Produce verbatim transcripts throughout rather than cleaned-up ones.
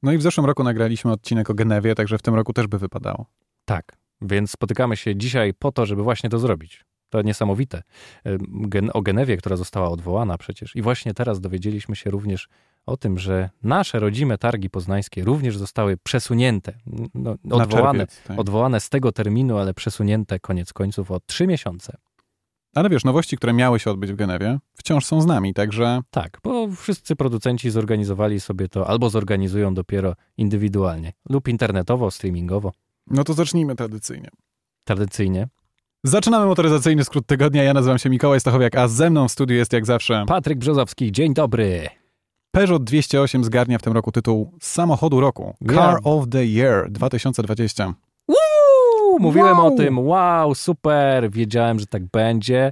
No i w zeszłym roku nagraliśmy odcinek o Genewie, także w tym roku też by wypadało. Tak, więc spotykamy się dzisiaj po to, żeby właśnie to zrobić. To niesamowite. Gen- o Genewie, która została odwołana przecież. I właśnie teraz dowiedzieliśmy się również o tym, że nasze rodzime targi poznańskie również zostały przesunięte. No, odwołane, czerwiec, tak. odwołane z tego terminu, ale przesunięte koniec końców o trzy miesiące. Ale wiesz, nowości, które miały się odbyć w Genewie, wciąż są z nami, także... Tak, bo wszyscy producenci zorganizowali sobie to albo zorganizują dopiero indywidualnie lub internetowo, streamingowo. No to zacznijmy tradycyjnie. Tradycyjnie. Zaczynamy motoryzacyjny skrót tygodnia. Ja nazywam się Mikołaj Stachowiak, a ze mną w studiu jest jak zawsze Patryk Brzozowski. Dzień dobry. Peugeot dwieście osiem zgarnia w tym roku tytuł Samochodu Roku. Car Yeah. of the Year dwa tysiące dwudziesty. Woo! Mówiłem Wow! o tym. Wow, super. Wiedziałem, że tak będzie,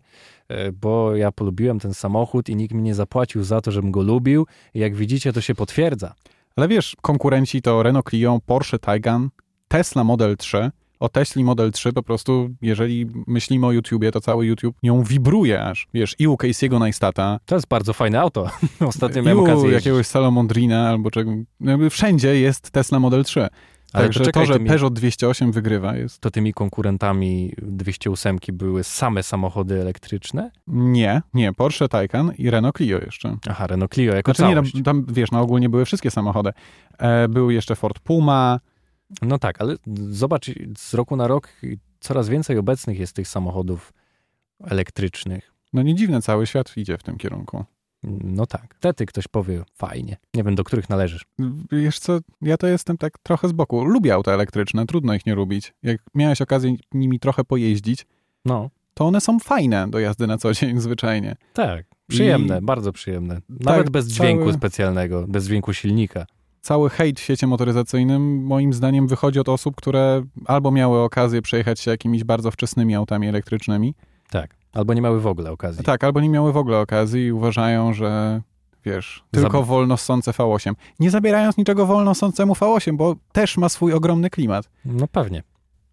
bo ja polubiłem ten samochód i nikt mi nie zapłacił za to, żebym go lubił. I jak widzicie, to się potwierdza. Ale wiesz, konkurenci to Renault Clio, Porsche Taycan, Tesla Model trzy. O Tesli Model trzy po prostu, jeżeli myślimy o YouTubie, to cały YouTube nią wibruje aż. Wiesz, i u Casey'ego Neistata, To jest bardzo fajne auto. Ostatnio i miałem u okazję jeździć. jakiegoś Salomondrina albo czego. Jakby wszędzie jest Tesla Model trzy. Ale Także to czekaj, to, że ty mi- Peugeot dwieście osiem wygrywa jest... To tymi konkurentami dwieście osiem były same samochody elektryczne? Nie, nie, Porsche Taycan i Renault Clio jeszcze. Aha, Renault Clio jako Znaczy nie, całość. tam, tam wiesz, no ogólnie były wszystkie samochody. E, był jeszcze Ford Puma. No tak, ale zobacz, z roku na rok coraz więcej obecnych jest tych samochodów elektrycznych. No nie dziwne, cały świat idzie w tym kierunku. No tak. Wtedy ktoś powie, fajnie. Nie wiem, do których należysz. Wiesz co, ja to jestem tak trochę z boku. Lubię auta elektryczne, trudno ich nie lubić. Jak miałeś okazję nimi trochę pojeździć, No, to one są fajne do jazdy na co dzień zwyczajnie. tak. Przyjemne, I- bardzo przyjemne. Nawet tak, bez dźwięku cały- specjalnego, bez dźwięku silnika. Cały hejt w świecie motoryzacyjnym moim zdaniem wychodzi od osób, które albo miały okazję przejechać się jakimiś bardzo wczesnymi autami elektrycznymi, Tak. Albo nie miały w ogóle okazji. tak, albo nie miały w ogóle okazji i uważają, że wiesz, tylko Zab- wolno ssące V osiem. Nie zabierając niczego wolno ssącemu V osiem, bo też ma swój ogromny klimat. No pewnie.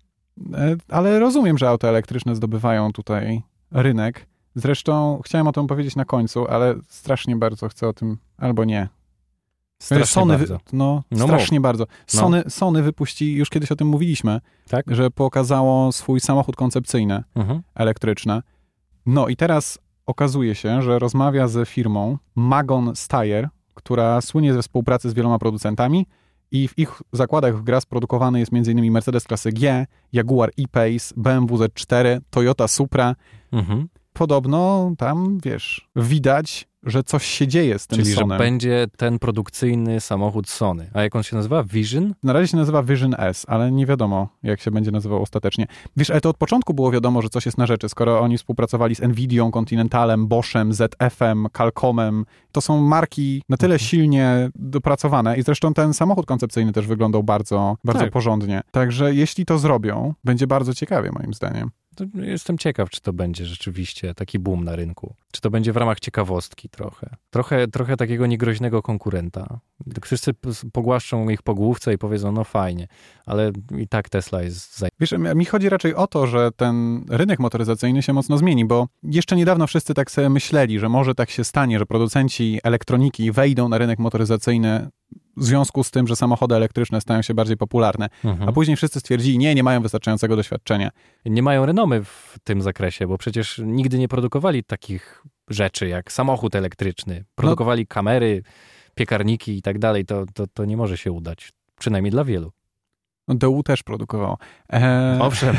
E, Ale rozumiem, że auta elektryczne zdobywają tutaj rynek. Zresztą chciałem o tym powiedzieć na końcu, ale strasznie bardzo chcę o tym, albo nie. Strasznie Sony bardzo. Wy, no, No strasznie bardzo. Sony, Sony wypuści, już kiedyś o tym mówiliśmy, Tak? że pokazało swój samochód koncepcyjny, Mhm. elektryczny. No i teraz okazuje się, że rozmawia ze firmą Magon Steyr, która słynie ze współpracy z wieloma producentami i w ich zakładach gra sprodukowany jest m.in. Mercedes klasy G, Jaguar E-Pace, B M W Z cztery, Toyota Supra. Mhm. Podobno tam, wiesz, widać, że coś się dzieje z tym Czyli, Sonem. że będzie ten produkcyjny samochód Sony. A jak on się nazywa? Vision? Na razie się nazywa Vision S, ale nie wiadomo, jak się będzie nazywał ostatecznie. Wiesz, ale to od początku było wiadomo, że coś jest na rzeczy, skoro oni współpracowali z Nvidią, Continentalem, Boschem, Z F-em, Qualcommem. To są marki na tyle silnie dopracowane i zresztą ten samochód koncepcyjny też wyglądał bardzo, bardzo Tak. porządnie. Także jeśli to zrobią, będzie bardzo ciekawie moim zdaniem. To jestem ciekaw, czy to będzie rzeczywiście taki boom na rynku. Czy to będzie w ramach ciekawostki trochę. Trochę, trochę takiego niegroźnego konkurenta. Wszyscy p- pogłaszczą ich po główce i powiedzą, no fajnie, ale i tak Tesla jest za... Wiesz, mi chodzi raczej o to, że ten rynek motoryzacyjny się mocno zmieni, bo jeszcze niedawno wszyscy tak sobie myśleli, że może tak się stanie, że producenci elektroniki wejdą na rynek motoryzacyjny w związku z tym, że samochody elektryczne stają się bardziej popularne. Mhm. A później wszyscy stwierdzili, nie, nie mają wystarczającego doświadczenia. Nie mają renomy w tym zakresie, bo przecież nigdy nie produkowali takich rzeczy jak samochód elektryczny. Produkowali kamery, piekarniki i tak dalej. To, to, to nie może się udać. Przynajmniej dla wielu. No, D U też produkowało. Eee, Owszem.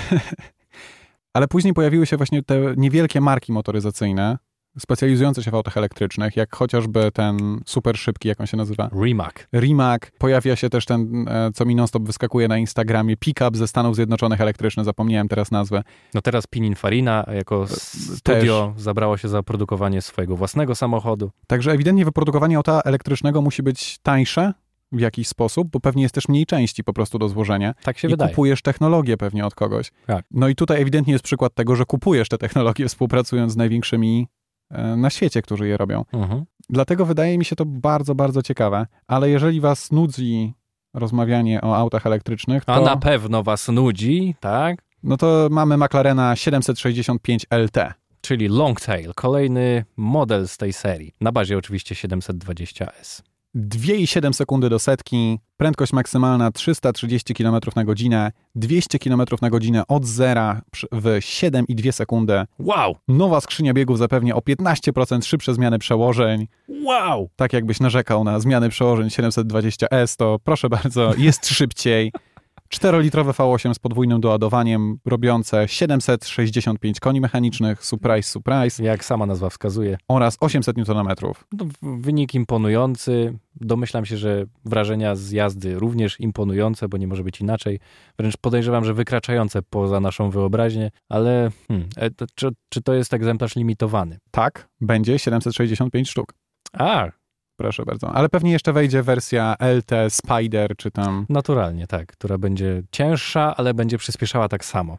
ale później pojawiły się właśnie te niewielkie marki motoryzacyjne, specjalizujące się w autach elektrycznych, jak chociażby ten super szybki, jak on się nazywa? Rimac. Rimac. Pojawia się też ten, e, co mi non-stop wyskakuje na Instagramie, pick-up ze Stanów Zjednoczonych elektryczny, zapomniałem teraz nazwę. No teraz Pininfarina jako studio zabrało się za produkowanie swojego własnego samochodu. Także ewidentnie wyprodukowanie auta elektrycznego musi być tańsze w jakiś sposób, bo pewnie jest też mniej części po prostu do złożenia. Tak się I wydaje. kupujesz technologię pewnie od kogoś. Tak. No i tutaj ewidentnie jest przykład tego, że kupujesz te technologie współpracując z największymi e, na świecie, którzy je robią. Mhm. Dlatego wydaje mi się to bardzo, bardzo ciekawe. Ale jeżeli was nudzi rozmawianie o autach elektrycznych, to, A na pewno was nudzi, tak? no to mamy McLarena siedemset sześćdziesiąt pięć L T. Czyli Longtail, kolejny model z tej serii. Na bazie oczywiście siedemset dwadzieścia S. dwa przecinek siedem sekundy do setki, prędkość maksymalna trzysta trzydzieści kilometrów na godzinę, dwieście kilometrów na godzinę od zera w siedem przecinek dwie sekundy. Wow! Nowa skrzynia biegów zapewnia o piętnaście procent szybsze zmiany przełożeń. Wow! Tak jakbyś narzekał na zmiany przełożeń siedemset dwadzieścia S, to proszę bardzo, jest szybciej. czterolitrowe V osiem z podwójnym doładowaniem, robiące siedemset sześćdziesiąt pięć koni mechanicznych, surprise, surprise. Jak sama nazwa wskazuje. Oraz osiemset niutonometrów. No, wynik imponujący. Domyślam się, że wrażenia z jazdy również imponujące, bo nie może być inaczej. Wręcz podejrzewam, że wykraczające poza naszą wyobraźnię, ale hmm, to, czy, czy to jest egzemplarz limitowany? Tak, będzie siedemset sześćdziesiąt pięć sztuk. A, proszę bardzo. Ale pewnie jeszcze wejdzie wersja L T, Spider, czy tam... Naturalnie, tak. Która będzie cięższa, ale będzie przyspieszała tak samo.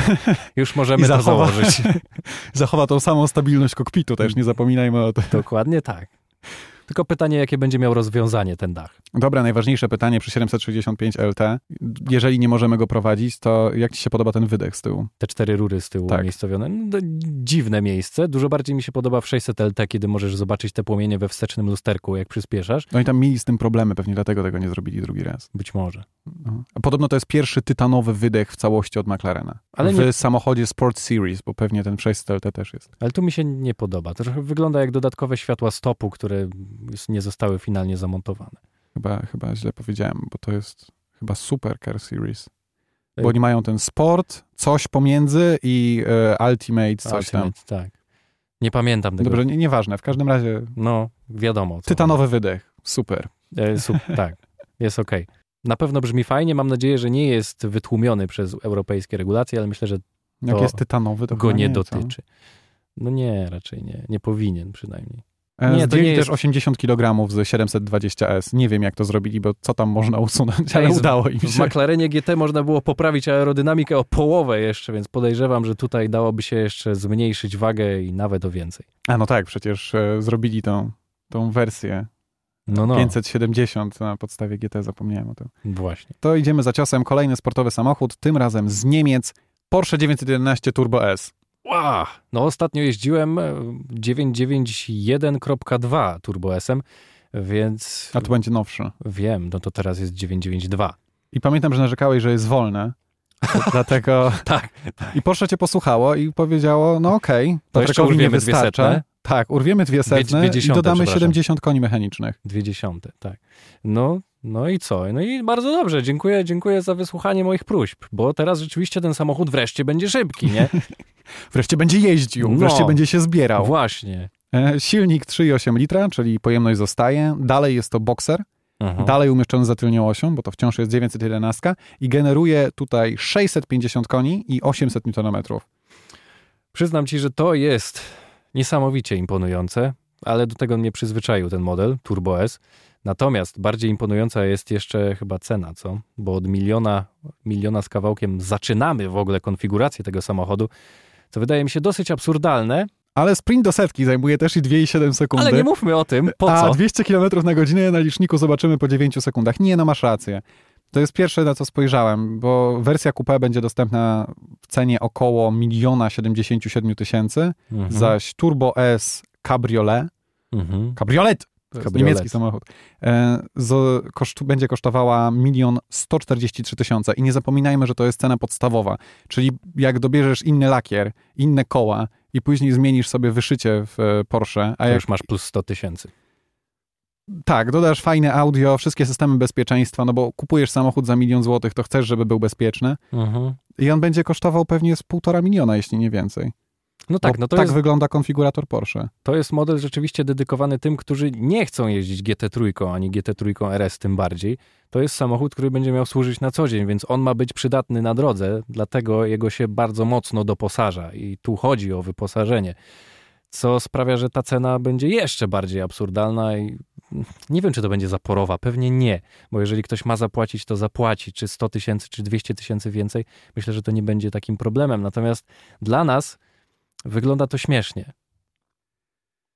Już możemy I to zachowa, założyć. Zachowa tą samą stabilność kokpitu też, nie zapominajmy o tym. Dokładnie tak. Tylko pytanie, jakie będzie miał rozwiązanie ten dach. Dobra, najważniejsze pytanie przy siedemset sześćdziesiąt pięć L T. Jeżeli nie możemy go prowadzić, to jak ci się podoba ten wydech z tyłu? Te cztery rury z tyłu tak. umiejscowione. No, dziwne miejsce. Dużo bardziej mi się podoba w sześćset L T, kiedy możesz zobaczyć te płomienie we wstecznym lusterku, jak przyspieszasz. No i tam mieli z tym problemy, pewnie dlatego tego nie zrobili drugi raz. Być może. No. A podobno to jest pierwszy tytanowy wydech w całości od McLarena. Ale w nie... samochodzie Sport Series, bo pewnie ten w sześćset L T też jest. Ale tu mi się nie podoba. To trochę wygląda jak dodatkowe światła stopu, które nie zostały finalnie zamontowane. Chyba, chyba źle powiedziałem, bo to jest chyba Super Car Series. Bo oni mają ten sport, coś pomiędzy i e, Ultimate, coś Ultimate, tam. tak. Nie pamiętam tego. Dobrze, nie, nieważne. W każdym razie... No, wiadomo. Tytanowy wydech. Super. E, super, tak. Jest okej. Okay. Na pewno brzmi fajnie. Mam nadzieję, że nie jest wytłumiony przez europejskie regulacje, ale myślę, że jak to jest tytanowy, to go nie, nie dotyczy. Co? No nie, raczej nie. Nie powinien przynajmniej. Nie, to nie jest... też osiemdziesiąt kilogramów z siedemset dwadzieścia S. Nie wiem, jak to zrobili, bo co tam można usunąć, ale udało im się. W McLarenie G T można było poprawić aerodynamikę o połowę jeszcze, więc podejrzewam, że tutaj dałoby się jeszcze zmniejszyć wagę i nawet o więcej. A no tak, przecież e, zrobili tą, tą wersję no, no. pięćset siedemdziesiąt na podstawie G T, zapomniałem o tym. Właśnie. To idziemy za ciosem. Kolejny sportowy samochód, tym razem z Niemiec, Porsche dziewięćset jedenaście Turbo S. Wow. No ostatnio jeździłem dziewięćset dziewięćdziesiąt jeden dwa Turbo S-em, więc... A to będzie nowszy. Wiem, no to teraz jest dziewięćset dziewięćdziesiąt dwa. I pamiętam, że narzekałeś, że jest wolne. Dlatego... tak, tak. I Porsche cię posłuchało i powiedziało, no okej, okay, Patrykowi nie wystarcza. Tak, urwiemy dwie setne i dodamy siedemdziesiąt koni mechanicznych. Dwie dziesiąte, tak. No, no i co? No i bardzo dobrze, dziękuję, dziękuję za wysłuchanie moich próśb, bo teraz rzeczywiście ten samochód wreszcie będzie szybki, nie? Wreszcie będzie jeździł, no, wreszcie będzie się zbierał. Właśnie. E, silnik trzy przecinek osiem litra, czyli pojemność zostaje. Dalej jest to Boxer. Aha. Dalej umieszczony za tylnią osią, bo to wciąż jest dziewięćset jedenaście i generuje tutaj sześćset pięćdziesiąt koni i osiemset niutonometrów. Przyznam ci, że to jest niesamowicie imponujące, ale do tego mnie przyzwyczaił ten model Turbo S. Natomiast bardziej imponująca jest jeszcze chyba cena, co? Bo od miliona, miliona z kawałkiem zaczynamy w ogóle konfigurację tego samochodu, co wydaje mi się dosyć absurdalne. Ale sprint do setki zajmuje też i dwa przecinek siedem sekundy. Ale nie mówmy o tym, po co? A dwieście kilometrów na godzinę na liczniku zobaczymy po dziewięciu sekundach. Nie, no masz rację. To jest pierwsze, na co spojrzałem, bo wersja coupé będzie dostępna w cenie około miliona siedemdziesięciu siedmiu tysięcy, mhm. zaś Turbo S Cabriolet, mhm. Cabriolet, to jest Cabriolet. niemiecki samochód, e, z, kosztu, będzie kosztowała milion sto czterdzieści trzy tysiące i nie zapominajmy, że to jest cena podstawowa, czyli jak dobierzesz inny lakier, inne koła i później zmienisz sobie wyszycie w Porsche, a to jak już masz plus sto tysięcy. Tak, dodasz fajne audio, wszystkie systemy bezpieczeństwa, no bo kupujesz samochód za milion złotych, to chcesz, żeby był bezpieczny Mhm. i on będzie kosztował pewnie z półtora miliona, jeśli nie więcej. No tak, no to tak jest, wygląda konfigurator Porsche. To jest model rzeczywiście dedykowany tym, którzy nie chcą jeździć G T trzy, ani G T trzy R S tym bardziej. To jest samochód, który będzie miał służyć na co dzień, więc on ma być przydatny na drodze, dlatego jego się bardzo mocno doposaża i tu chodzi o wyposażenie, co sprawia, że ta cena będzie jeszcze bardziej absurdalna i nie wiem, czy to będzie zaporowa, pewnie nie, bo jeżeli ktoś ma zapłacić, to zapłaci, czy sto tysięcy, czy dwieście tysięcy więcej, myślę, że to nie będzie takim problemem, natomiast dla nas wygląda to śmiesznie.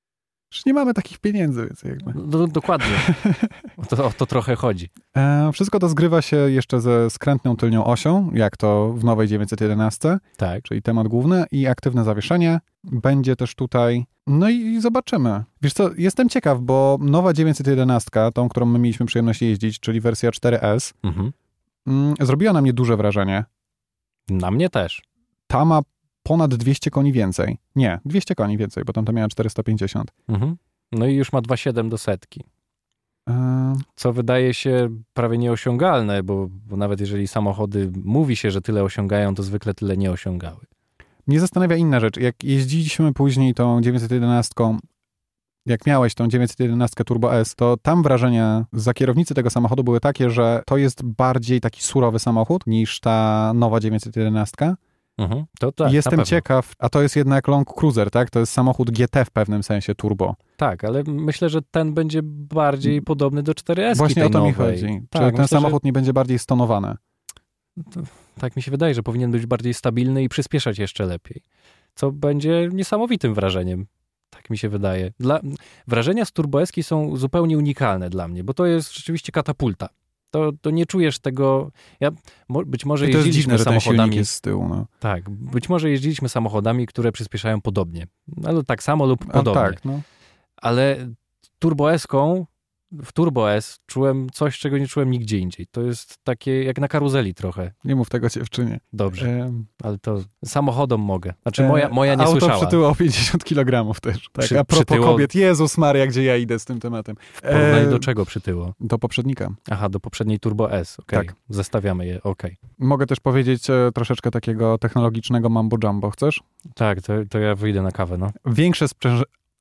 Już nie mamy takich pieniędzy, więc jakby. No, dokładnie. O to, o to trochę chodzi. E, wszystko to zgrywa się jeszcze ze skrętną tylnią osią, jak to w nowej dziewięćset jedenaście, Tak. czyli temat główny i aktywne zawieszenie. Będzie też tutaj, no i zobaczymy. Wiesz co, jestem ciekaw, bo nowa dziewięćset jedenaście, tą, którą my mieliśmy przyjemność jeździć, czyli wersja cztery S, Mhm. mm, zrobiła na mnie duże wrażenie. Na mnie też. Ta ma ponad dwieście koni więcej. Nie, dwieście koni więcej, bo tamta miała czterysta pięćdziesiąt. Mhm. No i już ma dwa przecinek siedem do setki. E, Co wydaje się prawie nieosiągalne, bo, bo nawet jeżeli samochody mówi się, że tyle osiągają, to zwykle tyle nie osiągały. Mnie zastanawia inna rzecz. Jak jeździliśmy później tą dziewięćset jedenaście, jak miałeś tą dziewięćset jedenaście Turbo S, to tam wrażenia za kierownicy tego samochodu były takie, że to jest bardziej taki surowy samochód niż ta nowa dziewięćset jedenaście. Mhm. To tak, Jestem ciekaw, a to jest jednak Long Cruiser, tak? To jest samochód G T w pewnym sensie turbo. Tak, ale myślę, że ten będzie bardziej podobny do cztery S. Właśnie tej o to nowej. mi chodzi. Tak, Czy ten myślę, samochód że... nie będzie bardziej stonowany? To, tak mi się wydaje, że powinien być bardziej stabilny i przyspieszać jeszcze lepiej. Co będzie niesamowitym wrażeniem. Tak mi się wydaje. Dla... Wrażenia z Turbo S-ki są zupełnie unikalne dla mnie, bo to jest rzeczywiście katapulta. To, to nie czujesz tego... Ja, mo, być może I to jeździliśmy jest dziwne, samochodami... że ten jest z tyłu. No. Tak, być może jeździliśmy samochodami, które przyspieszają podobnie. Ale tak samo lub podobnie. A tak, no. Ale Turbo S-ką, w Turbo S czułem coś, czego nie czułem nigdzie indziej. To jest takie jak na karuzeli trochę. Nie mów tego dziewczynie. Dobrze, E... ale to samochodom mogę. Znaczy moja, moja nie Auto słyszała. Auto przytyło o pięćdziesiąt kilogramów też. Tak. Przy, A propos przytyło... kobiet, Jezus Maria, gdzie ja idę z tym tematem. W porównaniu e... do czego przytyło? Do poprzednika. Aha, do poprzedniej Turbo S, okej. Okay. Tak. Zestawiamy je, okej. Okay. Mogę też powiedzieć e, troszeczkę takiego technologicznego mambo jumbo, chcesz? Tak, to, to ja wyjdę na kawę, no. Większe sprzęże...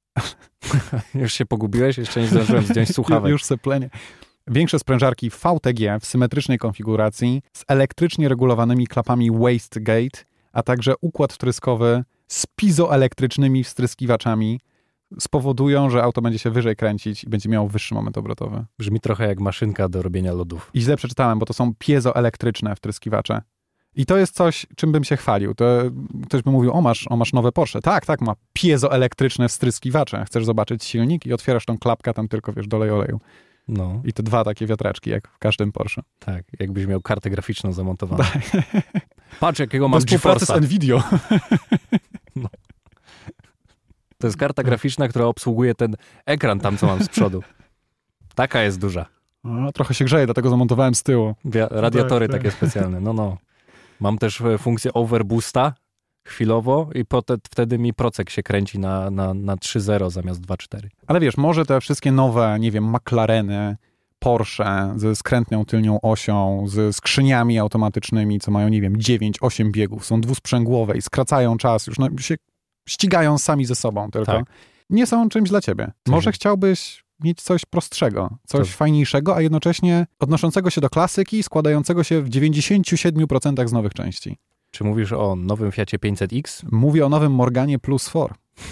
Już się pogubiłeś? Jeszcze nie zdążyłem zdjąć słuchawek. Już seplenie. Większe sprężarki V T G w symetrycznej konfiguracji z elektrycznie regulowanymi klapami wastegate, a także układ wtryskowy z piezoelektrycznymi wstryskiwaczami spowodują, że auto będzie się wyżej kręcić i będzie miało wyższy moment obrotowy. Brzmi trochę jak maszynka do robienia lodów. I źle przeczytałem, bo to są piezoelektryczne wtryskiwacze. I to jest coś, czym bym się chwalił. To ktoś by mówił, o masz, o masz nowe Porsche. Tak, tak, ma piezoelektryczne wstryskiwacze. Chcesz zobaczyć silnik i otwierasz tą klapkę, tam tylko, wiesz, dolej oleju. No. I te dwa takie wiatraczki, jak w każdym Porsche. Tak, jakbyś miał kartę graficzną zamontowaną. Tak. Patrz, jakiego mam współpracy z Nvidią. No. To jest karta graficzna, która obsługuje ten ekran tam, co mam z przodu. Taka jest duża. No, trochę się grzeje, dlatego zamontowałem z tyłu. Radiatory tak, tak. takie specjalne, no no. Mam też funkcję overboosta chwilowo i potem, wtedy mi procek się kręci na, na, na trzy zero zamiast dwa cztery. Ale wiesz, może te wszystkie nowe, nie wiem, McLareny, Porsche ze skrętną tylnią osią, ze skrzyniami automatycznymi, co mają, nie wiem, dziewięć osiem biegów, są dwusprzęgłowe i skracają czas, już no, się ścigają sami ze sobą tylko. Tak. Nie są czymś dla ciebie. Może mhm. chciałbyś mieć coś prostszego, coś to... fajniejszego, a jednocześnie odnoszącego się do klasyki, składającego się w dziewięćdziesiąt siedem procent z nowych części. Czy mówisz o nowym Fiacie pięćset X? Mówię o nowym Morganie Plus cztery.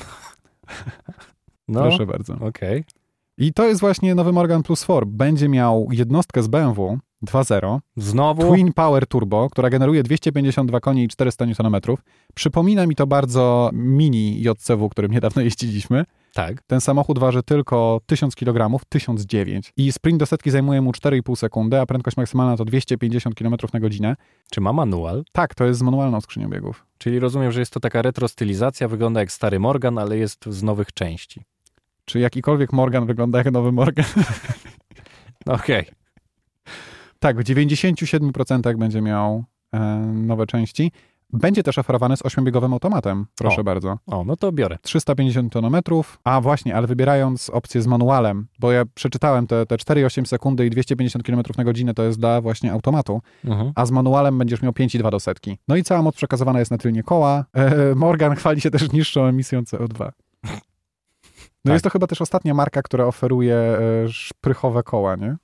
No, proszę bardzo. Okej. Okay. I to jest właśnie nowy Morgan Plus cztery. Będzie miał jednostkę z B M W dwa zero. Znowu? Twin Power Turbo, która generuje dwieście pięćdziesiąt dwa konie i czterysta niutonometrów. Przypomina mi to bardzo mini J C W, którym niedawno jeździliśmy. Tak. Ten samochód waży tylko tysiąc kilogramów, tysiąc dziewięć. I sprint do setki zajmuje mu cztery i pół sekundy, a prędkość maksymalna to dwieście pięćdziesiąt kilometrów na godzinę. Czy ma manual? Tak, to jest z manualną skrzynią biegów. Czyli rozumiem, że jest to taka retrostylizacja, wygląda jak stary Morgan, ale jest z nowych części. Czy jakikolwiek Morgan wygląda jak nowy Morgan? Okej. Okay. Tak, w dziewięćdziesiąt siedem procent będzie miał e, nowe części. Będzie też oferowany z ośmiobiegowym automatem, proszę o. bardzo. O, no to biorę. trzysta pięćdziesiąt niutonometrów, a właśnie, ale wybierając opcję z manualem, bo ja przeczytałem te, te cztery i osiem sekundy i dwieście pięćdziesiąt kilometrów na godzinę to jest dla właśnie automatu, mhm. a z manualem będziesz miał pięć i dwa do setki. No i cała moc przekazywana jest na tylnie koła. E, Morgan chwali się też niższą emisją C O dwa. No tak. Jest to chyba też ostatnia marka, która oferuje e, szprychowe koła, nie?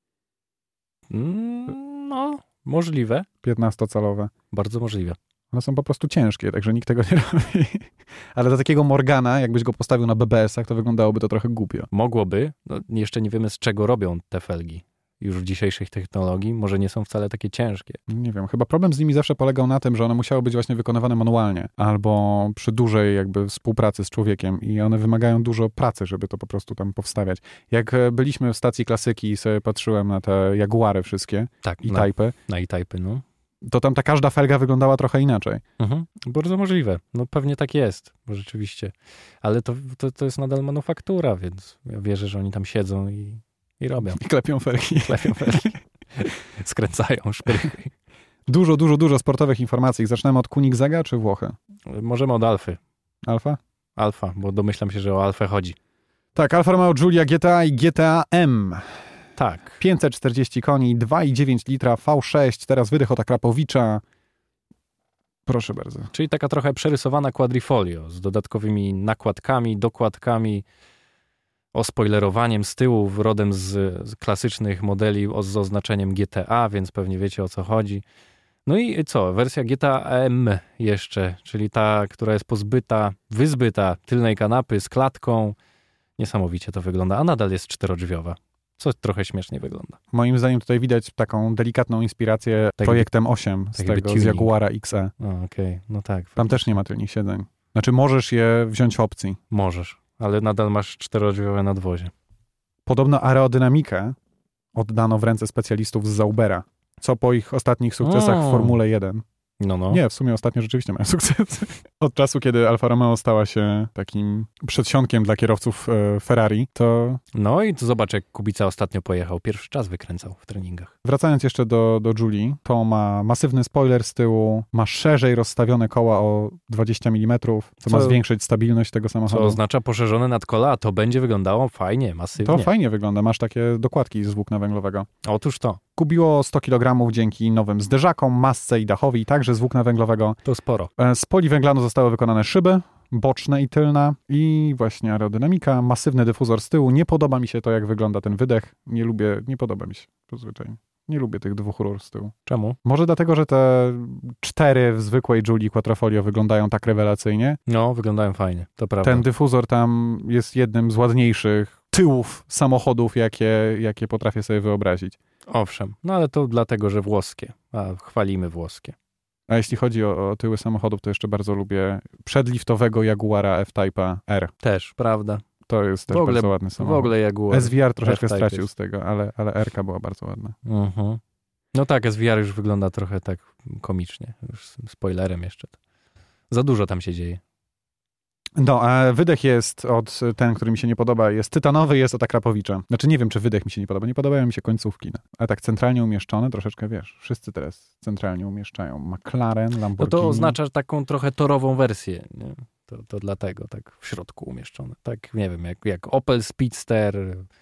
Mm, no, możliwe. piętnastocalowe. Bardzo możliwe. One są po prostu ciężkie, także nikt tego nie robi. Ale do takiego Morgana, jakbyś go postawił na B B S-ach, to wyglądałoby to trochę głupio. Mogłoby. No, jeszcze nie wiemy, z czego robią te felgi. już w dzisiejszych technologii może nie są wcale takie ciężkie. Nie wiem, chyba problem z nimi zawsze polegał na tym, że one musiały być właśnie wykonywane manualnie albo przy dużej jakby współpracy z człowiekiem i one wymagają dużo pracy, żeby to po prostu tam powstawiać. Jak byliśmy w stacji klasyki i sobie patrzyłem na te Jaguary wszystkie, tak, E-Type'y, na, na E-Type'y, no. to tam ta każda felga wyglądała trochę inaczej. Mhm. Bardzo możliwe. No pewnie tak jest, bo rzeczywiście. Ale to, to, to jest nadal manufaktura, więc ja wierzę, że oni tam siedzą i, i robią. I klepią felgi. Klepią felgi. Skręcają szprychy. Dużo, dużo, dużo sportowych informacji. Zaczynamy od Koenigsegga czy Włochy? Możemy od Alfy. Alfa? Alfa, bo domyślam się, że o Alfę chodzi. Tak, Alfa Romeo Giulia G T A i G T A M. Tak. pięćset czterdzieści koni, dwa i dziewięć litra, V sześć, teraz wydech od Akrapowicza. Proszę bardzo. Czyli taka trochę przerysowana quadrifolio z dodatkowymi nakładkami, dokładkami, ospoilerowaniem z tyłu, rodem z, z klasycznych modeli o, z oznaczeniem G T A, więc pewnie wiecie, o co chodzi. No i co? Wersja G T A M jeszcze, czyli ta, która jest pozbyta, wyzbyta tylnej kanapy z klatką. Niesamowicie to wygląda, a nadal jest czterodrzwiowa. Co trochę śmiesznie wygląda. Moim zdaniem tutaj widać taką delikatną inspirację tak projektem osiem z tak tego, z Jaguara X E. Okej, okay. No tak. Tam też nie ma tylnych siedzeń. Znaczy możesz je wziąć w opcji. Możesz, ale nadal masz czterodrzwiowe nadwozie. Podobno aerodynamikę oddano w ręce specjalistów z Zaubera, co po ich ostatnich sukcesach o. w Formule jeden. No, no. Nie, w sumie ostatnio rzeczywiście mają sukcesy. Od czasu, kiedy Alfa Romeo stała się takim przedsionkiem dla kierowców e, Ferrari, to... No i to zobacz, jak Kubica ostatnio pojechał. Pierwszy czas wykręcał w treningach. Wracając jeszcze do, do Giulii, to ma masywny spoiler z tyłu, ma szerzej rozstawione koła o dwadzieścia milimetrów, co, co ma zwiększyć stabilność tego samochodu. Co oznacza poszerzone nadkola, a to będzie wyglądało fajnie, masywnie. To fajnie wygląda, masz takie dokładki z włókna węglowego. Otóż to. Kubiło sto kilogramów dzięki nowym zderzakom, masce i dachowi, także z włókna węglowego. To sporo. Z poliwęglanu zostały wykonane szyby, boczne i tylna i właśnie aerodynamika, masywny dyfuzor z tyłu. Nie podoba mi się to, jak wygląda ten wydech. Nie lubię, nie podoba mi się zwyczajnie. Nie lubię tych dwóch rur z tyłu. Czemu? Może dlatego, że te cztery w zwykłej Giulii Quattrofolio wyglądają tak rewelacyjnie. No, wyglądają fajnie, to prawda. Ten dyfuzor tam jest jednym z ładniejszych tyłów samochodów, jakie, jakie potrafię sobie wyobrazić. Owszem, no ale to dlatego, że włoskie, a chwalimy włoskie. A jeśli chodzi o, o tyły samochodów, to jeszcze bardzo lubię przedliftowego Jaguara F-Type'a R. Też, prawda. To jest też ogóle, bardzo ładny samochód. W ogóle Jaguar. S V R troszeczkę F-Type stracił jest. z tego, ale, ale R-ka była bardzo ładna. Uh-huh. No tak, S V R już wygląda trochę tak komicznie, już z spoilerem jeszcze. Za dużo tam się dzieje. No, a wydech jest od, ten, który mi się nie podoba, jest tytanowy, jest od Akrapowicza. Znaczy nie wiem, czy wydech mi się nie podoba, nie podobają mi się końcówki. No. Ale tak centralnie umieszczone, troszeczkę wiesz, wszyscy teraz centralnie umieszczają. McLaren, Lamborghini. No to oznacza taką trochę torową wersję, nie? To, to dlatego tak w środku umieszczone. Tak, nie wiem, jak, jak Opel Speedster,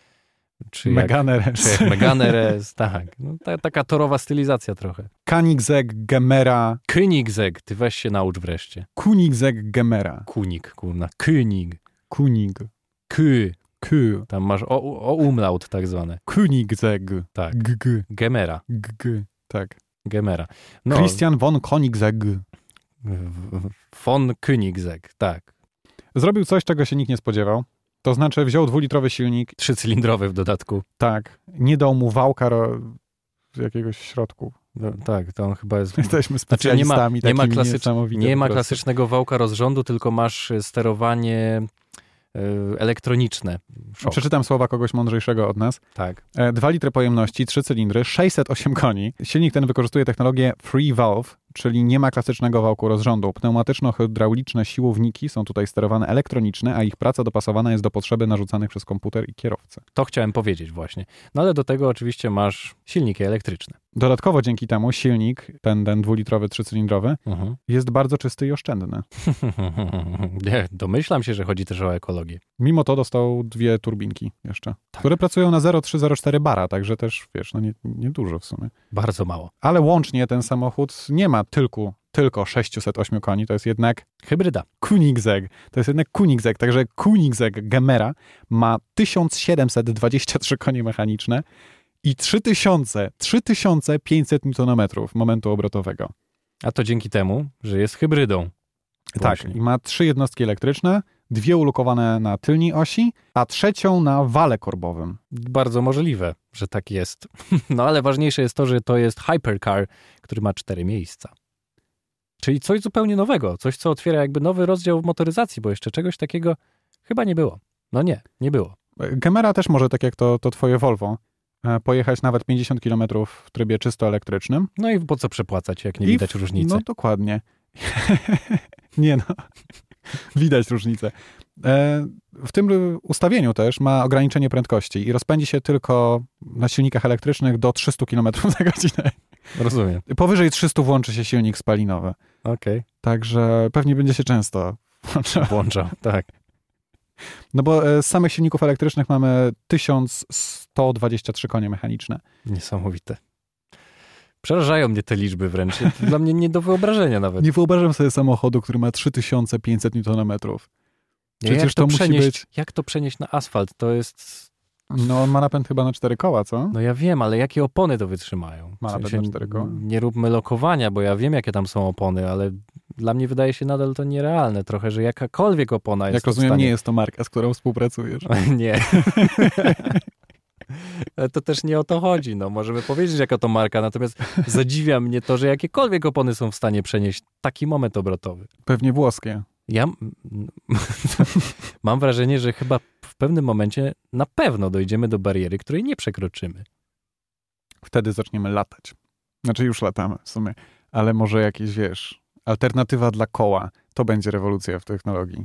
czy Megane jak, R S. czy jak Megane R S, tak. No, ta, taka torowa stylizacja trochę. Koenigsegg Gemera. Koenigsegg, ty weź się naucz wreszcie. Koenigsegg Gemera. Kunik, kurna, König. Kunig. Ky. Ky. Tam masz o, o umlaut tak zwane. Koenigsegg. Tak. G. G. Gemera. G. G. Tak. Gemera. No, Christian von Koenigsegg. Von Koenigsegg, tak. Zrobił coś, czego się nikt nie spodziewał. To znaczy wziął dwulitrowy silnik. Trzycylindrowy w dodatku. Tak. Nie dał mu wałka ro... z jakiegoś środku. No, tak, to on chyba jest... Jesteśmy specjalistami znaczy, nie ma, nie ma, klasycz... nie ma klasycznego wałka rozrządu, tylko masz sterowanie y, elektroniczne. Szok. Przeczytam słowa kogoś mądrzejszego od nas. Tak. dwa litry pojemności, trzy cylindry, sześćset osiem koni. Silnik ten wykorzystuje technologię Free Valve, czyli nie ma klasycznego wałku rozrządu. Pneumatyczno-hydrauliczne siłowniki są tutaj sterowane elektroniczne, a ich praca dopasowana jest do potrzeby narzucanych przez komputer i kierowcę. To chciałem powiedzieć właśnie. No ale do tego oczywiście masz silniki elektryczne. Dodatkowo dzięki temu silnik, ten, ten dwulitrowy, trzycylindrowy, uh-huh. jest bardzo czysty i oszczędny. Nie, domyślam się, że chodzi też o ekologię. Mimo to dostał dwie turbinki jeszcze, tak. które pracują na zero przecinek trzysta cztery bara, także też, wiesz, no nie, nie dużo w sumie. Bardzo mało. Ale łącznie ten samochód nie ma tylko, tylko sześćset osiem koni, to jest jednak hybryda. Koenigsegg. To jest jednak Koenigsegg, także Koenigsegg Gemera ma tysiąc siedemset dwadzieścia trzy konie mechaniczne i trzy tysiące pięćset niutonometrów momentu obrotowego. A to dzięki temu, że jest hybrydą. Właśnie. Tak, i ma trzy jednostki elektryczne, dwie ulokowane na tylnej osi, a trzecią na wale korbowym. Bardzo możliwe, że tak jest. No ale ważniejsze jest to, że to jest hypercar, który ma cztery miejsca. Czyli coś zupełnie nowego, coś, co otwiera jakby nowy rozdział w motoryzacji, bo jeszcze czegoś takiego chyba nie było. No nie, nie było. Gemera też może, tak jak to, to twoje Volvo, pojechać nawet pięćdziesiąt kilometrów w trybie czysto elektrycznym. No i po co przepłacać, jak nie I widać w, różnicy? No dokładnie. Nie no, widać różnicę. E, w tym ustawieniu też ma ograniczenie prędkości i rozpędzi się tylko na silnikach elektrycznych do trzysta kilometrów na godzinę. Rozumiem. Powyżej trzysta włączy się silnik spalinowy. Okej. Okay. Także pewnie będzie się często włączał. Włączał, tak. No bo z samych silników elektrycznych mamy tysiąc sto dwadzieścia trzy konie mechaniczne. Niesamowite. Przerażają mnie te liczby wręcz. Dla mnie nie do wyobrażenia nawet. Nie wyobrażam sobie samochodu, który ma trzy tysiące pięćset niutonometrów. Przecież jak to, to musi być... Jak to przenieść na asfalt? To jest... No on ma napęd chyba na cztery koła, co? No ja wiem, ale jakie opony to wytrzymają? Ma w sensie, napęd na cztery koła. Nie róbmy lokowania, bo ja wiem, jakie tam są opony, ale dla mnie wydaje się nadal to nierealne trochę, że jakakolwiek opona jest Jak rozumiem, stanie... nie jest to marka, z którą współpracujesz. Nie. Ale to też nie o to chodzi. No, możemy powiedzieć, jaka to marka, natomiast zadziwia mnie to, że jakiekolwiek opony są w stanie przenieść taki moment obrotowy. Pewnie włoskie. Ja mam wrażenie, że chyba w pewnym momencie na pewno dojdziemy do bariery, której nie przekroczymy. Wtedy zaczniemy latać. Znaczy już latamy w sumie, ale może jakieś, wiesz, alternatywa dla koła. To będzie rewolucja w technologii.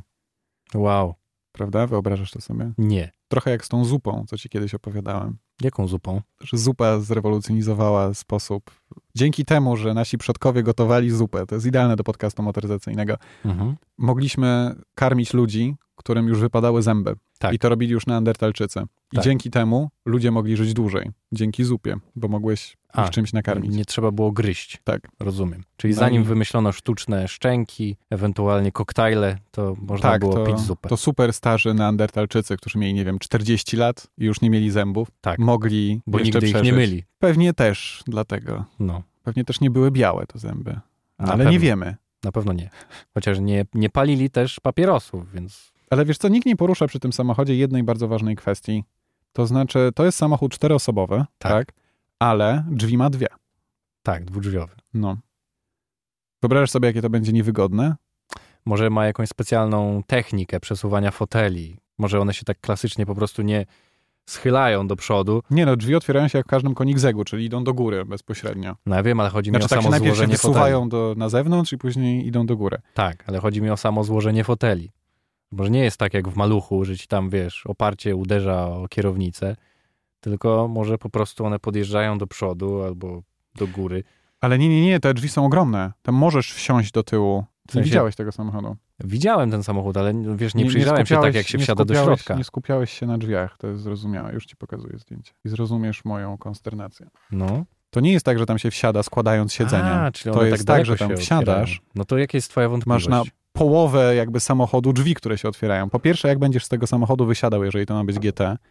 Wow. Prawda? Wyobrażasz to sobie? Nie. Trochę jak z tą zupą, co ci kiedyś opowiadałem. Jaką zupą? Że zupa zrewolucjonizowała sposób. Dzięki temu, że nasi przodkowie gotowali zupę, to jest idealne do podcastu motoryzacyjnego, mhm. mogliśmy karmić ludzi, którym już wypadały zęby. Tak. I to robili już neandertalczycy. I tak. dzięki temu ludzie mogli żyć dłużej. Dzięki zupie, bo mogłeś A, ich czymś nakarmić. Nie trzeba było gryźć. Tak. Rozumiem. Czyli no zanim i... wymyślono sztuczne szczęki, ewentualnie koktajle, to można tak, było to, pić zupę. to super starzy neandertalczycy, którzy mieli, nie wiem, czterdzieści lat i już nie mieli zębów, tak. mogli bo jeszcze nigdy przeżyć. ich nie myli. Pewnie też dlatego. No. Pewnie też nie były białe te zęby. Na Ale pewno. nie wiemy. Na pewno nie. Chociaż nie, nie palili też papierosów, więc... Ale wiesz co, nikt nie porusza przy tym samochodzie jednej bardzo ważnej kwestii. To znaczy, to jest samochód czteroosobowy, tak, tak ale drzwi ma dwie. Tak, dwudrzwiowy. No. Wyobrażasz sobie, jakie to będzie niewygodne? Może ma jakąś specjalną technikę przesuwania foteli. Może one się tak klasycznie po prostu nie schylają do przodu. Nie no, drzwi otwierają się jak w każdym Koenigseggu, czyli idą do góry bezpośrednio. No ja wiem, ale chodzi mi znaczy, o tak samo najpierw złożenie się wysuwają foteli. do, na zewnątrz i później idą do góry. Tak, ale chodzi mi o samo złożenie foteli. Może nie jest tak jak w Maluchu, że ci tam, wiesz, oparcie uderza o kierownicę, tylko może po prostu one podjeżdżają do przodu albo do góry. Ale nie, nie, nie, te drzwi są ogromne. Tam możesz wsiąść do tyłu. W sensie, nie widziałeś tego samochodu. Widziałem ten samochód, ale wiesz, nie, nie przyjrzałem nie się tak, jak się wsiada do środka. Nie skupiałeś się na drzwiach, to jest zrozumiałe. Już ci pokazuję zdjęcie. I zrozumiesz moją konsternację. No. To nie jest tak, że tam się wsiada składając siedzenia. A, czyli to jest tak, tak że tam wsiadasz. Otwierają. No to jaka jest twoja wątpliwość? Masz na połowę jakby samochodu drzwi, które się otwierają. Po pierwsze, jak będziesz z tego samochodu wysiadał, jeżeli to ma być G T.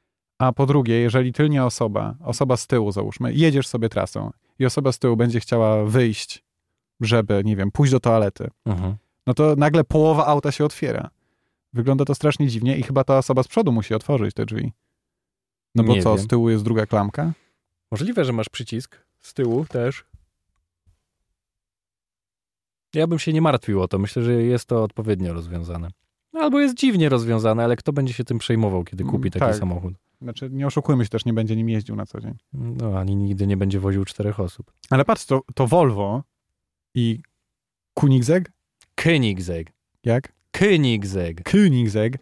A po drugie, jeżeli tylnia osoba, osoba z tyłu załóżmy, jedziesz sobie trasą i osoba z tyłu będzie chciała wyjść, żeby, nie wiem, pójść do toalety, mhm. no to nagle połowa auta się otwiera. Wygląda to strasznie dziwnie i chyba ta osoba z przodu musi otworzyć te drzwi. No bo nie co, wiem. z tyłu jest druga klamka? Możliwe, że masz przycisk z tyłu też. Ja bym się nie martwił o to. Myślę, że jest to odpowiednio rozwiązane. Albo jest dziwnie rozwiązane, ale kto będzie się tym przejmował, kiedy kupi taki tak. samochód? Znaczy, nie oszukujmy się, też nie będzie nim jeździł na co dzień. No, ani nigdy nie będzie woził czterech osób. Ale patrz, to, to Volvo i Koenigsegg? Koenigsegg. Jak? Koenigsegg. Koenigsegg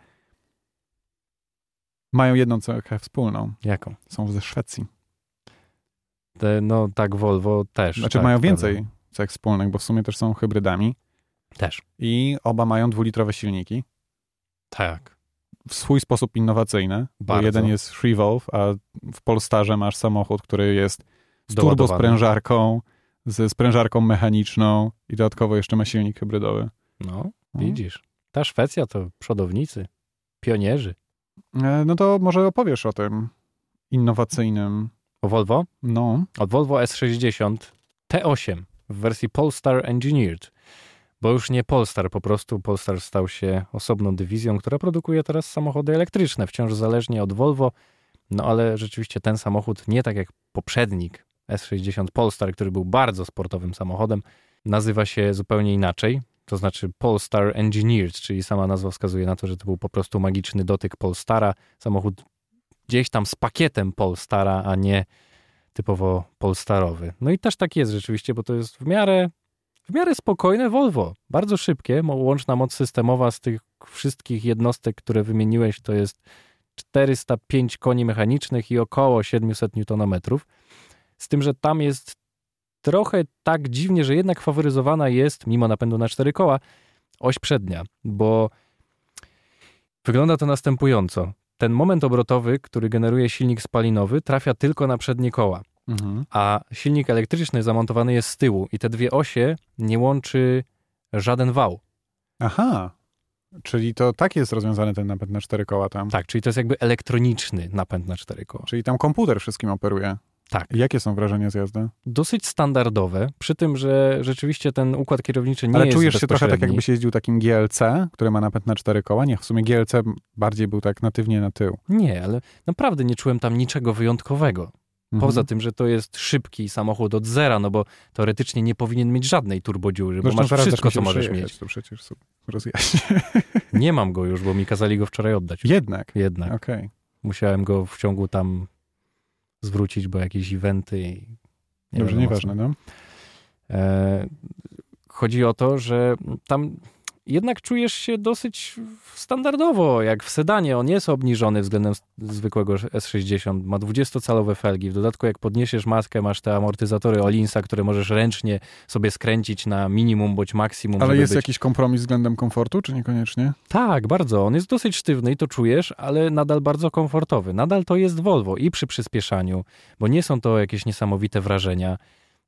mają jedną cechę wspólną. Jaką? Są ze Szwecji. Te, no tak, Volvo też. Znaczy tak, mają więcej prawda. cech wspólnych, bo w sumie też są hybrydami. Też. I oba mają dwulitrowe silniki. Tak. W swój sposób innowacyjny. Bo Bardzo. jeden jest Free Valve, a w Polestarze masz samochód, który jest z turbosprężarką, ze sprężarką mechaniczną i dodatkowo jeszcze ma silnik hybrydowy. No, widzisz. Ta Szwecja to przodownicy, pionierzy. No to może opowiesz o tym innowacyjnym. O Volvo? No. Od Volvo S sześćdziesiąt T osiem w wersji Polestar Engineered. Bo już nie Polestar, po prostu Polestar stał się osobną dywizją, która produkuje teraz samochody elektryczne, wciąż zależnie od Volvo. No ale rzeczywiście ten samochód, nie tak jak poprzednik S sześćdziesiąt Polestar, który był bardzo sportowym samochodem, nazywa się zupełnie inaczej. To znaczy Polestar Engineered, czyli sama nazwa wskazuje na to, że to był po prostu magiczny dotyk Polestara. Samochód gdzieś tam z pakietem Polestara, a nie typowo polestarowy. No i też tak jest rzeczywiście, bo to jest w miarę, w miarę spokojne Volvo. Bardzo szybkie. Łączna moc systemowa z tych wszystkich jednostek, które wymieniłeś, to jest czterysta pięć koni mechanicznych i około siedemset niutonometrów. Z tym, że tam jest trochę tak dziwnie, że jednak faworyzowana jest, mimo napędu na cztery koła, oś przednia, bo wygląda to następująco. Ten moment obrotowy, który generuje silnik spalinowy, trafia tylko na przednie koła, mhm. a silnik elektryczny zamontowany jest z tyłu i te dwie osie nie łączy żaden wał. Aha, czyli to tak jest rozwiązany ten napęd na cztery koła tam. Tak, czyli to jest jakby elektroniczny napęd na cztery koła. Czyli tam komputer wszystkim operuje. Tak. Jakie są wrażenia z jazdy? Dosyć standardowe, przy tym, że rzeczywiście ten układ kierowniczy nie Ale jest czujesz się trochę tak, bezpośredni. jakbyś jeździł takim G L C, który ma napęd na cztery koła? Nie, w sumie G L C bardziej był tak natywnie na tył. Nie, ale naprawdę nie czułem tam niczego wyjątkowego. Mhm. Poza tym, że to jest szybki samochód od zera, no bo teoretycznie nie powinien mieć żadnej turbodziury, bo Zresztą masz zaraz wszystko, zacznie co się możesz przyjechać, mieć. To przecież sobie rozjaśnię. Nie mam go już, bo mi kazali go wczoraj oddać. Jednak? Jednak. Okej. Musiałem go w ciągu tam zwrócić, bo jakieś eventy i... Nie Dobrze, wiadomo nieważne, co. no. E, chodzi o to, że tam jednak czujesz się dosyć standardowo, jak w sedanie. On jest obniżony względem zwykłego S sześćdziesiąt. Ma dwudziestocalowe felgi. W dodatku jak podniesiesz maskę, masz te amortyzatory Olinsa, które możesz ręcznie sobie skręcić na minimum bądź maksimum. Ale jest być... jakiś kompromis względem komfortu, czy niekoniecznie? Tak, bardzo. On jest dosyć sztywny i to czujesz, ale nadal bardzo komfortowy. Nadal to jest Volvo i przy przyspieszaniu, bo nie są to jakieś niesamowite wrażenia.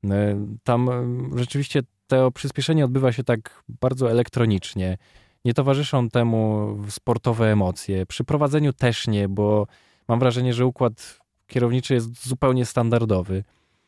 Tam rzeczywiście to przyspieszenie odbywa się tak bardzo elektronicznie. Nie towarzyszą temu sportowe emocje. Przy prowadzeniu też nie, bo mam wrażenie, że układ kierowniczy jest zupełnie standardowy.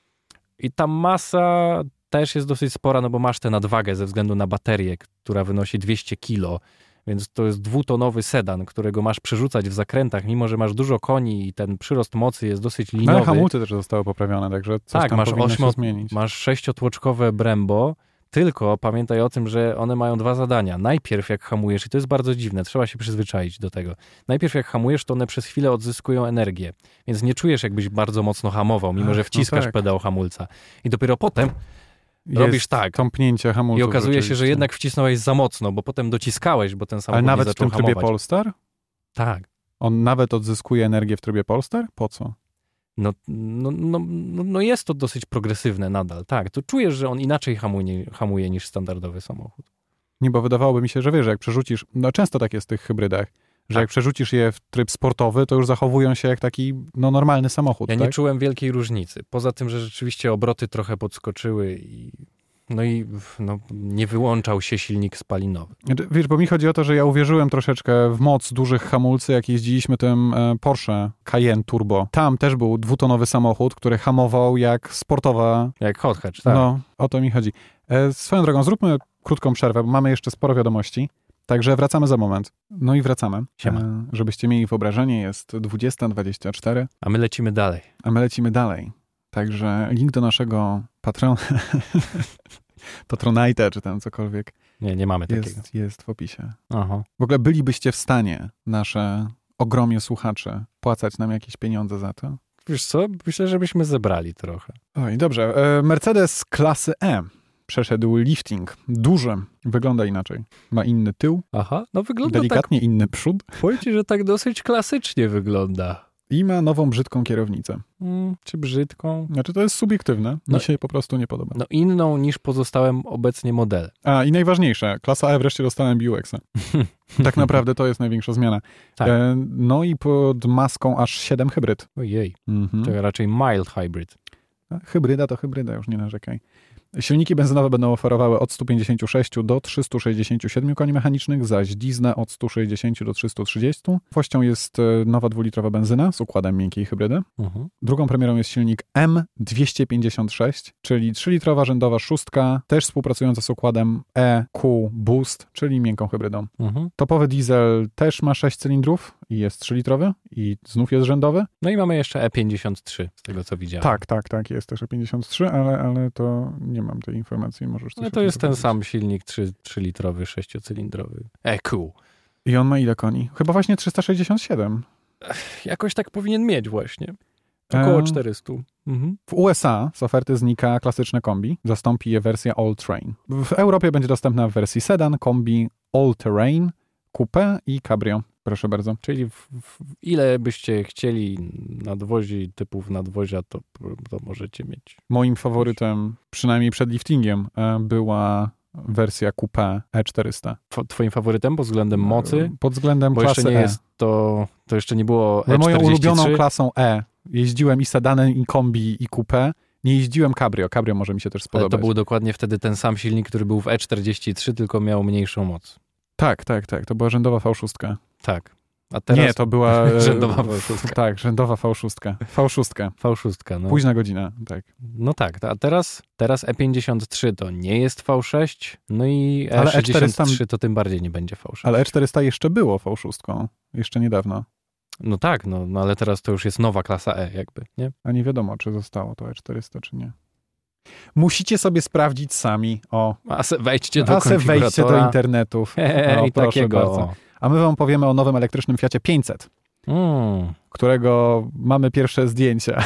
I ta masa też jest dosyć spora, no bo masz tę nadwagę ze względu na baterię, która wynosi dwieście kilo. Więc to jest dwutonowy sedan, którego masz przerzucać w zakrętach, mimo że masz dużo koni i ten przyrost mocy jest dosyć linowy. Ale hamulce też zostały poprawione, także coś tak, tam masz powinno ośmio, się zmienić. masz sześciotłoczkowe Brembo, tylko pamiętaj o tym, że one mają dwa zadania. Najpierw jak hamujesz, i to jest bardzo dziwne, trzeba się przyzwyczaić do tego. Najpierw jak hamujesz, to one przez chwilę odzyskują energię, więc nie czujesz jakbyś bardzo mocno hamował, mimo Ach, że wciskasz no tak. pedał hamulca. I dopiero potem Jest robisz tak. tąpnięcie hamulców. I okazuje się, że rzeczywiście. jednak wcisnąłeś za mocno, bo potem dociskałeś, bo ten samochód Ale nie nawet w zaczął tym trybie hamować. Polestar? Tak. On nawet odzyskuje energię w trybie Polestar? Po co? No, no, no, no, no jest to dosyć progresywne nadal, tak. To czujesz, że on inaczej hamuje, hamuje niż standardowy samochód. Nie, bo wydawałoby mi się, że wiesz, że jak przerzucisz, no często tak jest w tych hybrydach, że Tak. jak przerzucisz je w tryb sportowy, to już zachowują się jak taki no, normalny samochód, Ja tak? nie czułem wielkiej różnicy. Poza tym, że rzeczywiście obroty trochę podskoczyły i no i no, nie wyłączał się silnik spalinowy. Wiesz, bo mi chodzi o to, że ja uwierzyłem troszeczkę w moc dużych hamulcy, jak jeździliśmy tym e, Porsche Cayenne Turbo. Tam też był dwutonowy samochód, który hamował jak sportowa... Jak hot hatch, tak. No, o to mi chodzi. E, swoją drogą, zróbmy krótką przerwę, bo mamy jeszcze sporo wiadomości. Także wracamy za moment. No i wracamy. Siema. E, żebyście mieli wyobrażenie, jest dwudziesta dwadzieścia cztery, A my lecimy dalej. a my lecimy dalej. Także link do naszego patrona, Patronite'a, czy tam cokolwiek, Nie, nie mamy takiego. jest, jest w opisie. Aha. W ogóle bylibyście w stanie, nasze ogromie słuchacze, płacać nam jakieś pieniądze za to? Wiesz co? Myślę, żebyśmy zebrali trochę. Oj, dobrze. E, Mercedes klasy E przeszedł lifting. Duży. Wygląda inaczej. Ma inny tył, Aha, no wygląda delikatnie inny przód tak, powiem ci, że tak dosyć klasycznie wygląda. i ma nową, brzydką kierownicę. Mm, czy brzydką? Znaczy, to jest subiektywne. Mi No- się po prostu nie podoba. No inną niż pozostałe obecnie modele. A, i najważniejsze, klasa E wreszcie dostała M B U X-a. Tak naprawdę to jest największa zmiana. Tak. E, no i pod maską aż siedem hybryd. Ojej, Mhm. to raczej mild hybrid. A, Hybryda to hybryda, już nie narzekaj. Silniki benzynowe będą oferowały od stu pięćdziesięciu sześciu do trzystu sześćdziesięciu siedmiu koni mechanicznych, zaś diesle od stu sześćdziesięciu do trzystu trzydziestu. Nowością jest nowa dwulitrowa benzyna z układem miękkiej hybrydy. Mhm. Drugą premierą jest silnik M dwieście pięćdziesiąt sześć, czyli trzylitrowa rzędowa szóstka, też współpracująca z układem E Q Boost, czyli miękką hybrydą. Mhm. Topowy diesel też ma sześć cylindrów i jest trzylitrowy i znów jest rzędowy. No i mamy jeszcze E pięćdziesiąt trzy, z tego co widziałem. Tak, tak, tak, jest też E pięćdziesiąt trzy, ale, ale to nie mam tej informacji. Możesz coś no to jest ten sam silnik trzylitrowy, sześciocylindrowy. E Q. I on ma ile koni? Chyba właśnie trzysta sześćdziesiąt siedem. Ech, jakoś tak powinien mieć właśnie. Około czterysta. Mhm. W U S A z oferty znika klasyczne kombi. Zastąpi je wersja all-terrain. W Europie będzie dostępna w wersji sedan, kombi, all-terrain, coupé i cabrio. Proszę bardzo. Czyli w, w, ile byście chcieli nadwozi, typów nadwozia, to, to możecie mieć. Moim faworytem, przynajmniej przed liftingiem, była wersja coupé E czterysta. Twoim faworytem pod względem mocy? Pod względem bo klasy jeszcze nie E. jest to, to jeszcze nie było E czterdzieści trzy. Moją ulubioną klasą E. Jeździłem i sedanem, i kombi, i coupé. Nie jeździłem cabrio. Cabrio może mi się też spodobać. Ale to był dokładnie wtedy ten sam silnik, który był w E czterdzieści trzy, tylko miał mniejszą moc. Tak, tak, tak. To była rzędowa V sześć. Tak. A teraz... Nie, to była... rzędowa V sześć. Tak, rzędowa V sześć. V sześć. V sześć, no. Późna godzina, tak. No tak, a teraz, teraz E pięćdziesiąt trzy to nie jest V sześć, no i E sześćdziesiąt trzy E czterysta... to tym bardziej nie będzie V sześć. Ale E czterysta jeszcze było V sześć, jeszcze niedawno. No tak, no, no ale teraz to już jest nowa klasa E jakby, nie? A nie wiadomo, czy zostało to E czterysta, czy nie. Musicie sobie sprawdzić sami. O. A se wejdźcie do A se wejdźcie do internetów. He, o, i takiego. Bardzo. A my wam powiemy o nowym elektrycznym Fiacie pięćset, mm. którego mamy pierwsze zdjęcia.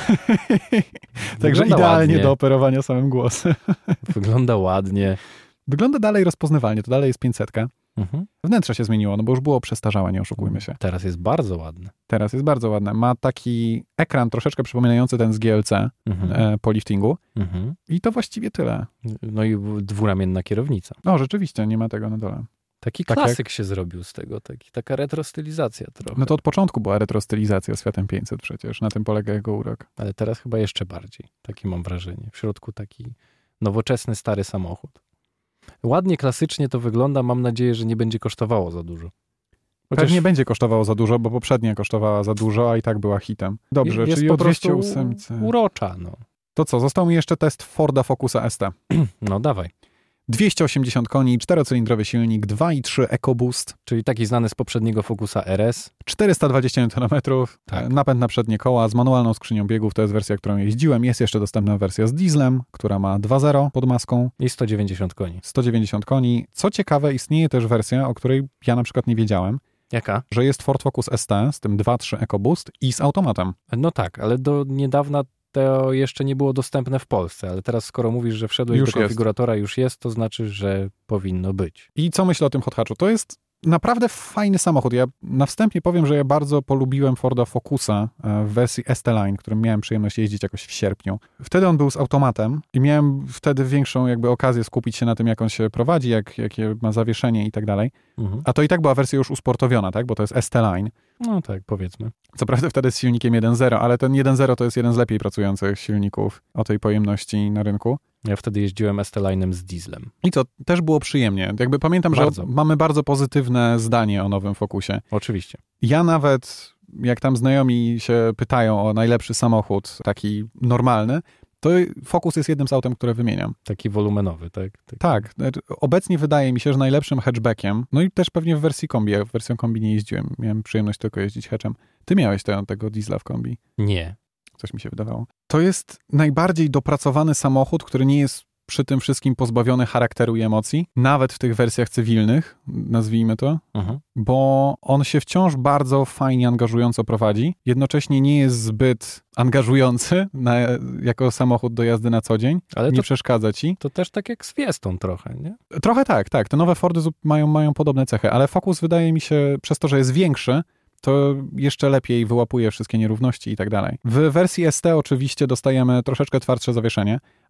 Także idealnie ładnie do operowania samym głosem. Wygląda ładnie. Wygląda dalej rozpoznawalnie, to dalej jest pięćset. Mhm. Wnętrze się zmieniło, no bo już było przestarzałe, nie oszukujmy się. Teraz jest bardzo ładne. Teraz jest bardzo ładne. Ma taki ekran troszeczkę przypominający ten z G L C mhm. e, po liftingu mhm. i to właściwie tyle. No i dwuramienna kierownica. No rzeczywiście, nie ma tego na dole. Taki tak klasyk jak... się zrobił z tego, taki, taka retrostylizacja trochę. No to od początku była retrostylizacja z Fiatem pięćset przecież, na tym polega jego urok. Ale teraz chyba jeszcze bardziej, takie mam wrażenie. W środku taki nowoczesny, stary samochód. Ładnie, klasycznie to wygląda, mam nadzieję, że nie będzie kosztowało za dużo. Chociaż pewnie będzie kosztowało za dużo, bo poprzednia kosztowała za dużo, a i tak była hitem. Dobrze, jest czyli po o dwieście osiem. Urocza, no. To co, został mi jeszcze test Forda Focusa S T. No dawaj. dwieście osiemdziesiąt koni, czterocylindrowy silnik, dwa i trzy EcoBoost. Czyli taki znany z poprzedniego Focusa R S. czterysta dwadzieścia niutonmetrów, tak. Napęd na przednie koła z manualną skrzynią biegów, to jest wersja, którą jeździłem. Jest jeszcze dostępna wersja z dieslem, która ma dwa zero pod maską. I sto dziewięćdziesiąt koni. sto dziewięćdziesiąt koni. Co ciekawe, istnieje też wersja, o której ja na przykład nie wiedziałem. Jaka? Że jest Ford Focus S T z tym dwa trzy EcoBoost i z automatem. No tak, ale do niedawna to jeszcze nie było dostępne w Polsce, ale teraz skoro mówisz, że wszedłeś już do konfiguratora, jest. już jest, to znaczy, że powinno być. I co myślę o tym hot hatchu? To jest naprawdę fajny samochód. Ja na wstępie powiem, że ja bardzo polubiłem Forda Focusa w wersji S T Line, którym miałem przyjemność jeździć jakoś w sierpniu. Wtedy on był z automatem i miałem wtedy większą jakby okazję skupić się na tym, jak on się prowadzi, jak, jakie ma zawieszenie i tak dalej. Mhm. A to i tak była wersja już usportowiona, tak? Bo to jest S T Line. No tak, powiedzmy. Co prawda wtedy z silnikiem jeden zero, ale ten jeden zero to jest jeden z lepiej pracujących silników o tej pojemności na rynku. Ja wtedy jeździłem S T Line'em z dieslem. I to też było przyjemnie. Jakby pamiętam, bardzo. że mamy bardzo pozytywne zdanie o nowym Focusie. Oczywiście. Ja nawet, jak tam znajomi się pytają o najlepszy samochód, taki normalny, to Focus jest jednym z autem, które wymieniam. Taki wolumenowy, tak? Taki... Tak. Obecnie wydaje mi się, że najlepszym hatchbackiem, no i też pewnie w wersji kombi. Ja w wersją kombi nie jeździłem. Miałem przyjemność tylko jeździć hatchem. Ty miałeś te, tego diesla w kombi? Nie. Coś mi się wydawało. To jest najbardziej dopracowany samochód, który nie jest przy tym wszystkim pozbawiony charakteru i emocji, nawet w tych wersjach cywilnych, nazwijmy to, mhm. bo on się wciąż bardzo fajnie, angażująco prowadzi. Jednocześnie nie jest zbyt angażujący na, jako samochód do jazdy na co dzień. Ale nie to, przeszkadza ci. To też tak jak z Fiestą trochę, nie? Trochę tak, tak. Te nowe Fordy mają, mają podobne cechy, ale Focus wydaje mi się, przez to, że jest większy, to jeszcze lepiej wyłapuje wszystkie nierówności i tak dalej. W wersji S T oczywiście dostajemy troszeczkę twardsze zawieszenie,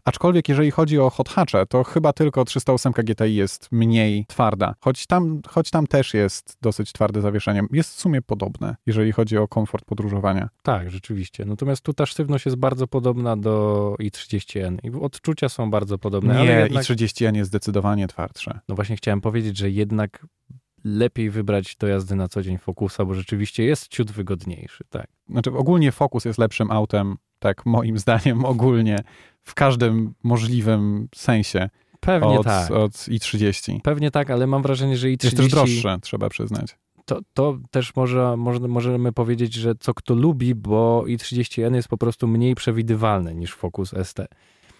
Aczkolwiek jeżeli chodzi o hot hatche, to chyba tylko trzysta osiem G T I jest mniej twarda. Choć tam, choć tam też jest dosyć twarde zawieszenie. Jest w sumie podobne, jeżeli chodzi o komfort podróżowania. Tak, rzeczywiście. Natomiast tu ta sztywność jest bardzo podobna do i trzydzieści N i odczucia są bardzo podobne. Nie, ale jednak... i trzydzieści N jest zdecydowanie twardsze. No właśnie chciałem powiedzieć, że jednak lepiej wybrać do jazdy na co dzień Focusa, bo rzeczywiście jest ciut wygodniejszy, tak. Znaczy ogólnie Focus jest lepszym autem, tak moim zdaniem ogólnie, w każdym możliwym sensie. Pewnie od, tak. Od i trzydzieści. Pewnie tak, ale mam wrażenie, że i trzydzieści... Jest też droższe, trzeba przyznać. To, to też może, może, możemy powiedzieć, że co kto lubi, bo i trzydzieści N jest po prostu mniej przewidywalny niż Focus S T.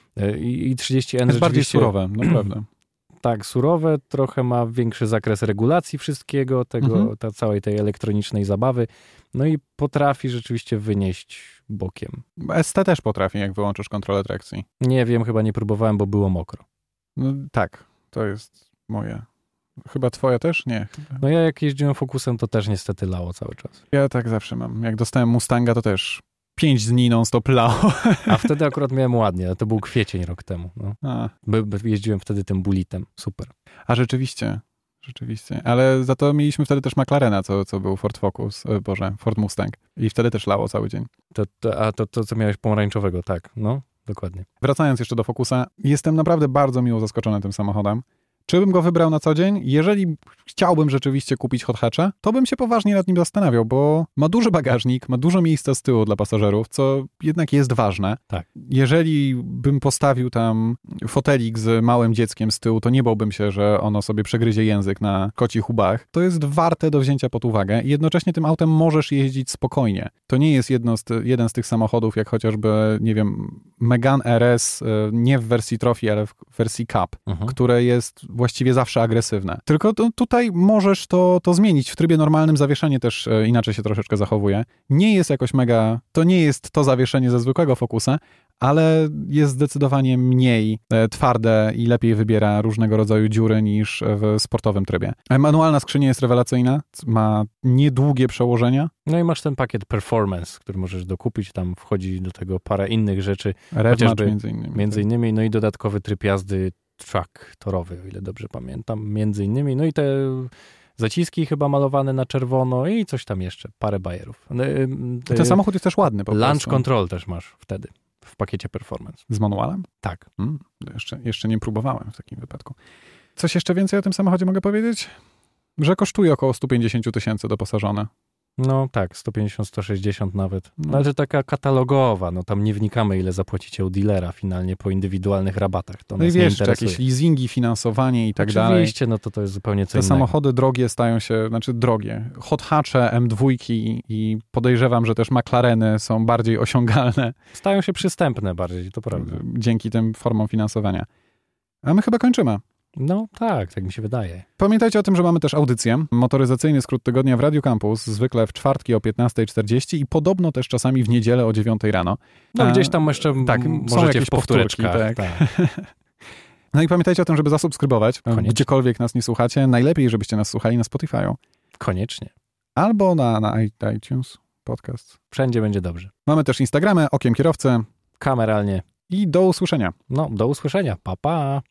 I, i trzydzieści N jest bardziej surowe, naprawdę. Tak, surowe, trochę ma większy zakres regulacji wszystkiego, tego, mhm. ta, całej tej elektronicznej zabawy, no i potrafi rzeczywiście wynieść bokiem. S T też potrafi, jak wyłączysz kontrolę trakcji. Nie wiem, chyba nie próbowałem, bo było mokro. No tak, to jest moje. Chyba twoja też? Nie. No ja jak jeździłem Focusem, to też niestety lało cały czas. Ja tak zawsze mam. Jak dostałem Mustanga, to też pięć dni non-stop lało. A wtedy akurat miałem ładnie, to był kwiecień rok temu. No. A. By, by jeździłem wtedy tym bulitem, super. A rzeczywiście, rzeczywiście. Ale za to mieliśmy wtedy też McLarena, co, co był Ford Focus, e, Boże, Ford Mustang. I wtedy też lało cały dzień. To, to, a to, to, co miałeś pomarańczowego, tak, no, dokładnie. Wracając jeszcze do Focusa, jestem naprawdę bardzo miło zaskoczony tym samochodem. Czy bym go wybrał na co dzień? Jeżeli chciałbym rzeczywiście kupić hot hatcha, to bym się poważnie nad nim zastanawiał, bo ma duży bagażnik, ma dużo miejsca z tyłu dla pasażerów, co jednak jest ważne. Tak. Jeżeli bym postawił tam fotelik z małym dzieckiem z tyłu, to nie bałbym się, że ono sobie przegryzie język na kocich łbach. To jest warte do wzięcia pod uwagę i jednocześnie tym autem możesz jeździć spokojnie. To nie jest jedno z ty, jeden z tych samochodów, jak chociażby, nie wiem, Megane R S, nie w wersji Trophy, ale w wersji Cup, mhm. które jest właściwie zawsze agresywne. Tylko to, tutaj możesz to, to zmienić. W trybie normalnym zawieszenie też e, inaczej się troszeczkę zachowuje. Nie jest jakoś mega... To nie jest to zawieszenie ze zwykłego Focusa, ale jest zdecydowanie mniej e, twarde i lepiej wybiera różnego rodzaju dziury niż w sportowym trybie. Manualna skrzynia jest rewelacyjna, ma niedługie przełożenia. No i masz ten pakiet Performance, który możesz dokupić, tam wchodzi do tego parę innych rzeczy. Rev Match między innymi. Między innymi, no i dodatkowy tryb jazdy truck torowy, o ile dobrze pamiętam, między innymi. No i te zaciski chyba malowane na czerwono i coś tam jeszcze, parę bajerów. Te, Ten samochód jest też ładny po prostu. Launch control też masz wtedy w pakiecie Performance. Z manualem? Tak. Hmm, jeszcze, jeszcze nie próbowałem w takim wypadku. Coś jeszcze więcej o tym samochodzie mogę powiedzieć? Że kosztuje około sto pięćdziesiąt tysięcy doposażone. No tak, sto pięćdziesiąt, sto sześćdziesiąt nawet. No ale to taka katalogowa, no tam nie wnikamy, ile zapłacicie u dealera finalnie po indywidualnych rabatach. To no i nas wiesz, nie jakieś leasingi, finansowanie i tak Oczywiście, dalej. Oczywiście, no to to jest zupełnie co Te innego. samochody drogie stają się, znaczy drogie. Hot hatche, M dwa i podejrzewam, że też McLareny są bardziej osiągalne. Stają się przystępne bardziej, to prawda. Dzięki tym formom finansowania. A my chyba kończymy. No tak, tak mi się wydaje. Pamiętajcie o tym, że mamy też audycję. Motoryzacyjny skrót tygodnia w Radio Campus, zwykle w czwartki o piętnasta czterdzieści i podobno też czasami w niedzielę o dziewiątej rano. No gdzieś tam jeszcze tak, możecie są jakieś w powtóreczkach. Tak. Tak. No i pamiętajcie o tym, żeby zasubskrybować, Koniecznie. Gdziekolwiek nas nie słuchacie. Najlepiej, żebyście nas słuchali na Spotify'u. Koniecznie. Albo na, na iTunes Podcast. Wszędzie będzie dobrze. Mamy też Instagramy, Okiem Kierowcy. Kameralnie. I do usłyszenia. No, do usłyszenia. Pa, pa.